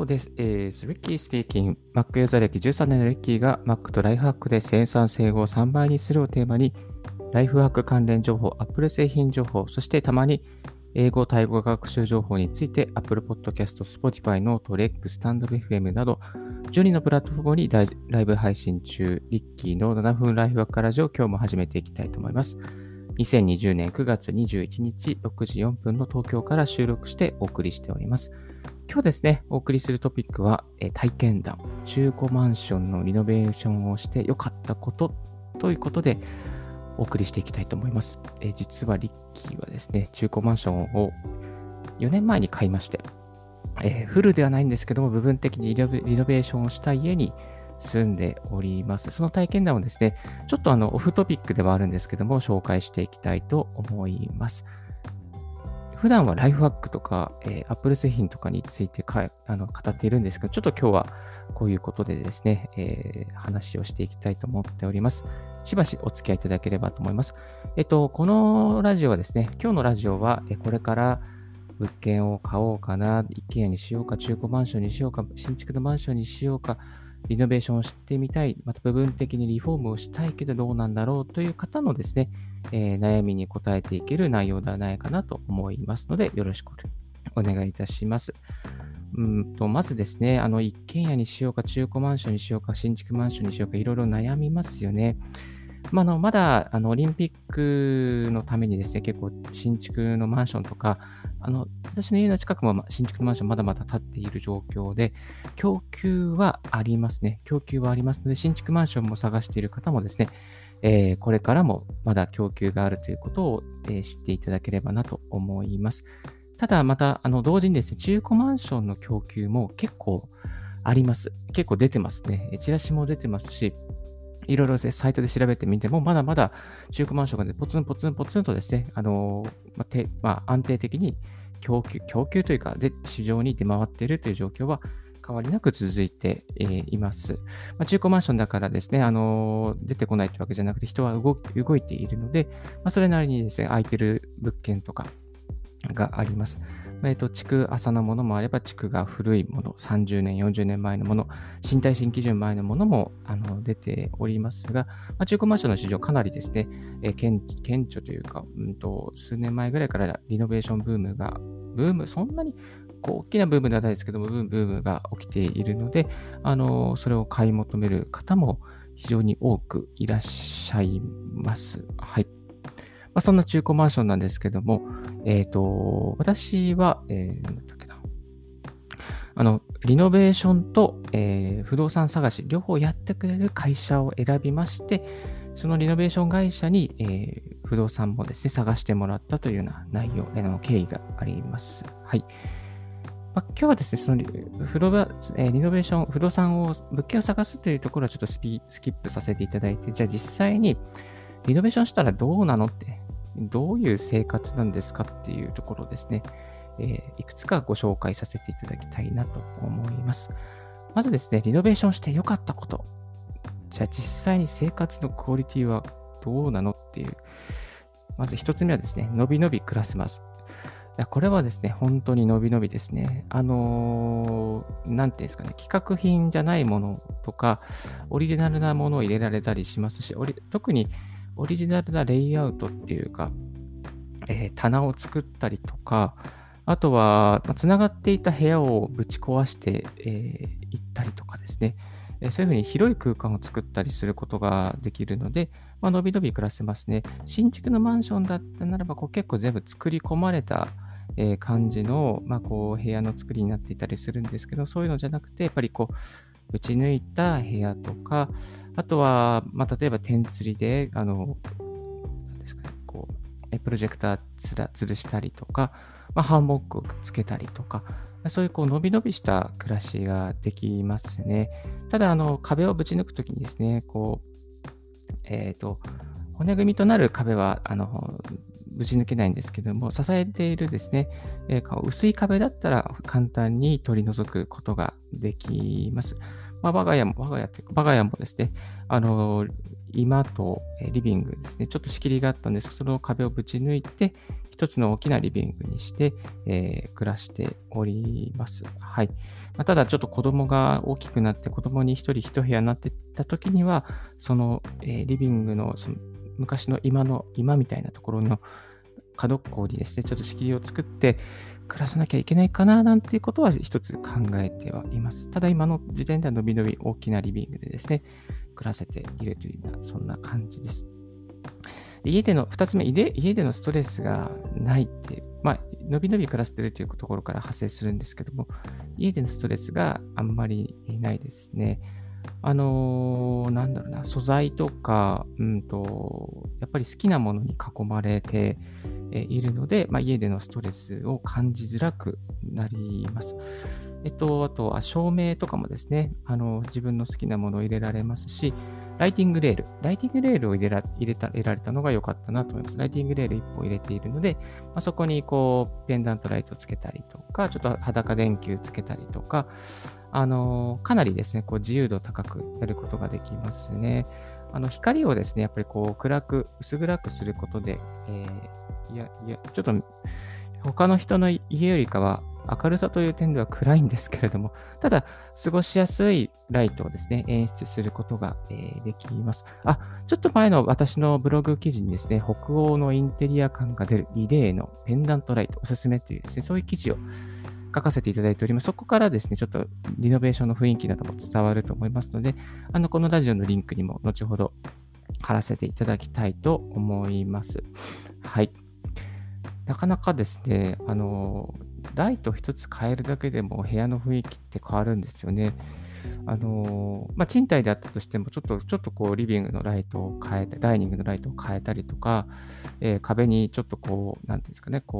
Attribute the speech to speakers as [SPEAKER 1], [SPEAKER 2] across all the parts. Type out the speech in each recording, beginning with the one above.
[SPEAKER 1] Hello です。リッキースピーキング。Mac ユーザー歴13年のリッキーが Mac とライフハックで生産性を3倍にするをテーマに、ライフハック関連情報、Apple 製品情報、そしてたまに英語・タイ語学習情報について Apple Podcast、Spotify、Note、Rex、スタンド FM など12のプラットフォームにライブ配信中、リッキーの7分ライフハックラジオを今日も始めていきたいと思います。2020年9月21日6時4分の東京から収録してお送りしております。今日ですね、お送りするトピックは、体験談、中古マンションのリノベーションをして良かったことということでお送りしていきたいと思います。実はリッキーはですね、中古マンションを4年前に買いまして、フルではないんですけども、部分的にリノベーションをした家に住んでおります。その体験談をですね、ちょっとオフトピックではあるんですけども、紹介していきたいと思います。普段はライフハックとか、Apple 製品とかについて語っているんですけど、ちょっと今日はこういうことでですね、話をしていきたいと思っております。しばしお付き合いいただければと思います。このラジオはですね、今日のラジオは、これから物件を買おうかな、一軒家にしようか、中古マンションにしようか、新築のマンションにしようか、リノベーションをしてみたい、また部分的にリフォームをしたいけどどうなんだろうという方のですね、悩みに答えていける内容ではないかなと思いますので、よろしくお願いいたします。まずですね、一軒家にしようか、中古マンションにしようか、新築マンションにしようか、いろいろ悩みますよね。まだオリンピックのためにですね、結構新築のマンションとか、私の家の近くも新築のマンションまだまだ建っている状況で、供給はありますね。供給はありますので、新築マンションも探している方もですね、これからもまだ供給があるということを、知っていただければなと思います。ただ、また、同時にですね、中古マンションの供給も結構あります。結構出てますね。チラシも出てますし、いろいろですね、サイトで調べてみても、まだまだ中古マンションが、ね、ポツンとですね、安定的に供給というか、で、市場に出回っているという状況は変わりなく続いています。中古マンションだからですね、出てこないというわけじゃなくて、人は動いているので、それなりにですね、空いてる物件とかがあります。築浅のものもあれば、築が古いもの、30年、40年前のもの、新耐震基準前のものも出ておりますが、中古マンションの市場かなりですね、顕著というか、数年前ぐらいからリノベーションブーム、そんなに大きなブームではないですけども、ブームが起きているので、それを買い求める方も非常に多くいらっしゃいます。はい。そんな中古マンションなんですけども、私は、なんだったっけな。リノベーションと、不動産探し、両方やってくれる会社を選びまして、そのリノベーション会社に、不動産もですね、探してもらったというような内容、経緯があります。はい。今日はですね、そのリノベーション、不動産を、物件を探すというところはちょっとスキップさせていただいて、じゃあ実際にリノベーションしたらどうなのって、どういう生活なんですかっていうところですね、いくつかご紹介させていただきたいなと思います。まずですね、リノベーションして良かったこと。じゃあ実際に生活のクオリティはどうなのっていう。まず一つ目はですね、のびのび暮らせます。これはですね、本当にのびのびですね。なんていうんですかね、企画品じゃないものとか、オリジナルなものを入れられたりしますし、特にオリジナルなレイアウトっていうか、棚を作ったりとか、あとは、つながっていた部屋をぶち壊して、行ったりとかですね、そういうふうに広い空間を作ったりすることができるので、のびのび暮らせますね。新築のマンションだったならば、結構全部作り込まれた、感じの、部屋の作りになっていたりするんですけど、そういうのじゃなくて、やっぱり打ち抜いた部屋とか、あとは、例えば点釣りで、なんですかね、プロジェクター吊るしたりとか、ハンモックをつけたりとか、そういうのびのびした暮らしができますね。ただ、壁をぶち抜くときにですね、骨組みとなる壁は、ぶち抜けないんですけども、支えているですね、薄い壁だったら簡単に取り除くことができます。我が家もですね、居間とリビングですね、ちょっと仕切りがあったんですが、その壁をぶち抜いて、 一つの大きなリビングにして、暮らしております。はい。ただちょっと子供が大きくなって子供に一人一部屋になっていった時には、その、リビングのその昔の今みたいなところの角っこにですね、ちょっと仕切りを作って暮らさなきゃいけないかななんていうことは一つ考えてはいます。ただ今の時点ではのびのび大きなリビングでですね、暮らせているというような、そんな感じです。二つ目、家でのストレスがないっていう、のびのび暮らしているというところから派生するんですけども、家でのストレスがあんまりないですね。なんだろうな、素材とか、やっぱり好きなものに囲まれているので、家でのストレスを感じづらくなります。あとは照明とかもですね、自分の好きなものを入れられますし、ライティングレールを入れられたのが良かったなと思います。ライティングレール1本入れているので、そこにペンダントライトをつけたりとか、ちょっと裸電球つけたりとか、かなりですね、自由度高くやることができますね。光をですね、やっぱり薄暗くすることで、ちょっと他の人の家よりかは明るさという点では暗いんですけれども、ただ、過ごしやすいライトをですね、演出することが、できます。ちょっと前の私のブログ記事にですね、北欧のインテリア感が出るイデーのペンダントライトおすすめというですね、そういう記事を書かせていただいております。そこからですね、ちょっとリノベーションの雰囲気なども伝わると思いますので、このラジオのリンクにも後ほど貼らせていただきたいと思います。はい。なかなかですね、ライト一つ変えるだけでも部屋の雰囲気って変わるんですよね。賃貸であったとしても、ちょっとリビングのライトを変えて、ダイニングのライトを変えたりとか、壁にちょっとなんていうんですかね、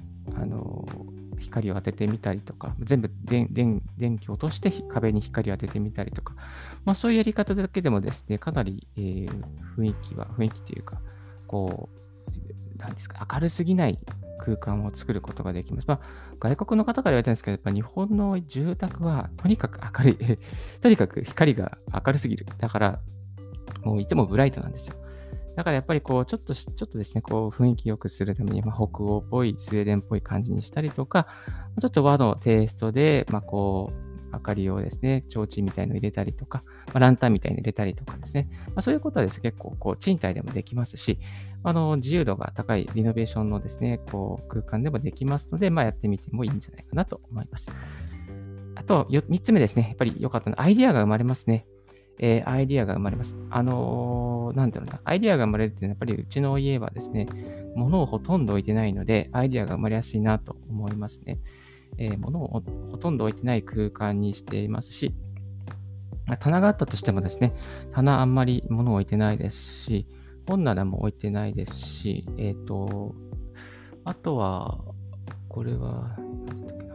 [SPEAKER 1] 光を当ててみたりとか、全部電気を落として壁に光を当ててみたりとか、そういうやり方だけでもですね、かなり、雰囲気というか、なんですか、明るすぎない空間を作ることができます。外国の方から言われたんですけど、やっぱ日本の住宅はとにかく明るい、とにかく光が明るすぎる。だから、もういつもブライトなんですよ。だからやっぱりちょっとですね、雰囲気良くするために、北欧っぽい、スウェーデンっぽい感じにしたりとか、ちょっと和のテイストで、明かりをですね、提灯みたいの入れたりとか、ランタンみたいに入れたりとかですね、そういうことはですね、結構賃貸でもできますし、自由度が高いリノベーションのですね、空間でもできますので、やってみてもいいんじゃないかなと思います。あと、3つ目ですね、やっぱり良かったのは、アイディアが生まれますね。アイディアが生まれます。なんだろうな、アイディアが生まれるっていうのは、やっぱりうちの家はですね、物をほとんど置いてないので、アイディアが生まれやすいなと思いますね。物をほとんど置いてない空間にしていますし、棚があったとしてもですね、棚あんまり物を置いてないですし、本棚も置いてないですし、あとは、これは、何だっけな。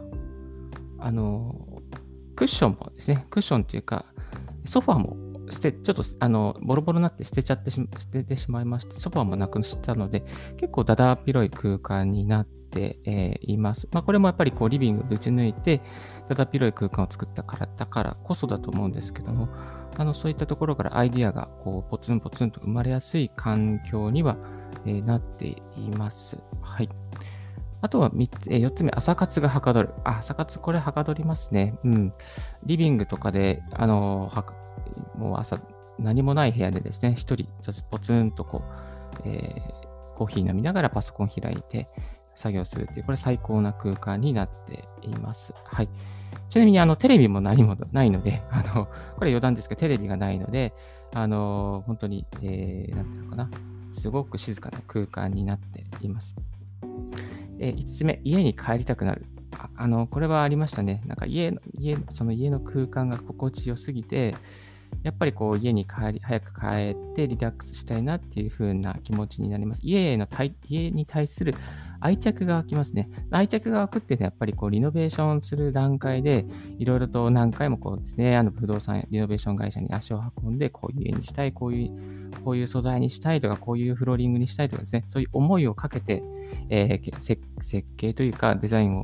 [SPEAKER 1] クッションもですね、クッションっていうか、ソファーもちょっとボロボロになって捨ててしまいまして、ソファーもなくしたので、結構だだっ広い空間になっています。これもやっぱりリビングぶち抜いて、だだっ広い空間を作ったからだからこそだと思うんですけども、そういったところからアイディアがポツンポツンと生まれやすい環境には、なっています。はい。あとは4つ目、朝活がはかどる。朝活、これはかどりますね。リビングとかで、もう朝、何もない部屋でですね、一人、ポツンとコーヒー飲みながらパソコン開いて作業するっていう、これ最高な空間になっています。はい。ちなみに、テレビも何もないので、これ余談ですけど、テレビがないので、本当に、なんていうのかな、すごく静かな空間になっています。5つ目、家に帰りたくなる。これはありましたね。なんかその家の空間が心地よすぎて、やっぱり家に早く帰ってリラックスしたいなっていう風な気持ちになります。家に対する愛着が湧きますね。愛着が湧くっていうのはやっぱりリノベーションする段階で、いろいろと何回もですね、不動産リノベーション会社に足を運んで、こういう家にしたい、こういう素材にしたいとか、こういうフローリングにしたいとかですね、そういう思いをかけて、設計というかデザインを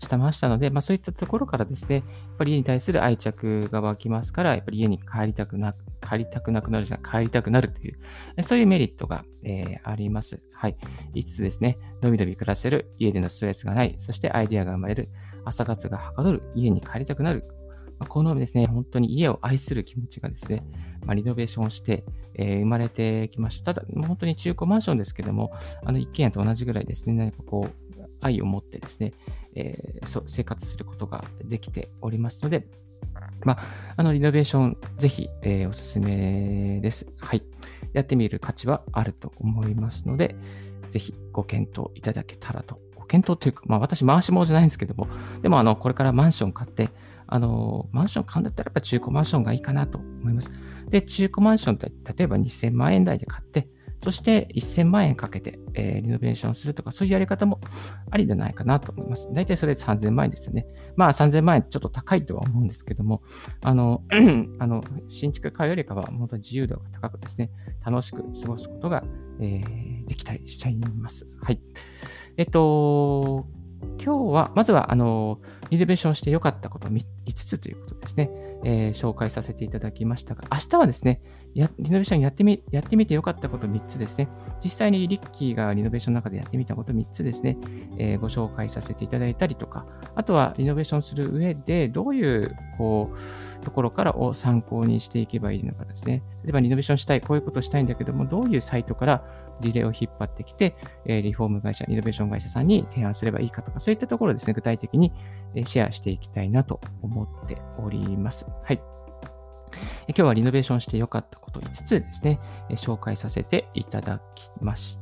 [SPEAKER 1] してましたので、そういったところからですね、やっぱり家に対する愛着が湧きますから、やっぱり家に帰りたくなるという、そういうメリットが、あります。はい。5つですね、のびのび暮らせる、家でのストレスがない、そしてアイデアが生まれる、朝活がはかどる、家に帰りたくなる。このですね、本当に家を愛する気持ちがですね、リノベーションして、生まれてきました。ただ、本当に中古マンションですけども、一軒家と同じぐらいですね、何か愛を持ってですね、生活することができておりますので、リノベーション、ぜひ、おすすめです。はい。やってみる価値はあると思いますので、ぜひご検討いただけたらと。ご検討というか、私、回し物じゃないんですけども、でも、これからマンション買って、マンション買うんだったらやっぱ中古マンションがいいかなと思います。で、中古マンションって、例えば2000万円台で買って、そして1000万円かけて、リノベーションするとか、そういうやり方もありじゃないかなと思います。大体それで3000万円ですよね。3000万円ちょっと高いとは思うんですけども、新築買うよりかは、本当に自由度が高くですね、楽しく過ごすことが、できたりしちゃいます。はい。今日は、まずは、リノベーションして良かったこと5つということですね、紹介させていただきましたが、明日はですね、リノベーションやってみて良かったこと3つですね。実際にリッキーがリノベーションの中でやってみたこと3つですね、ご紹介させていただいたりとか、あとはリノベーションする上でどういう、ところからを参考にしていけばいいのかですね。例えばリノベーションしたい、こういうことをしたいんだけども、どういうサイトから事例を引っ張ってきて、リフォーム会社、リノベーション会社さんに提案すればいいかとか、そういったところをですね、具体的にシェアしていきたいなと思っております。はい。今日はリノベーションして良かったこと5つですね、紹介させていただきました。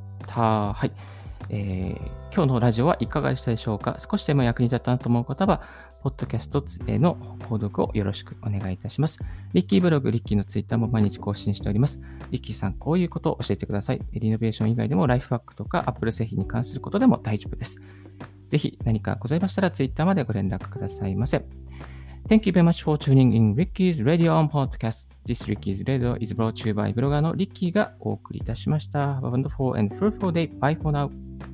[SPEAKER 1] はい。今日のラジオはいかがでしたでしょうか。少しでも役に立ったなと思う方は、ポッドキャストの購読をよろしくお願いいたします。リッキーブログ、リッキーのツイッターも毎日更新しております。リッキーさん、こういうことを教えてください。リノベーション以外でもライフワークとか Apple 製品に関することでも大丈夫です。ぜひ何かございましたらツイッターまでご連絡くださいませ。Thank you very much for tuning in Ricky's Radio on Podcast.This Ricky's Radio is brought to you by ブロガーのリッキーがお送りいたしました。Have a wonderful and fruitful day. Bye for now.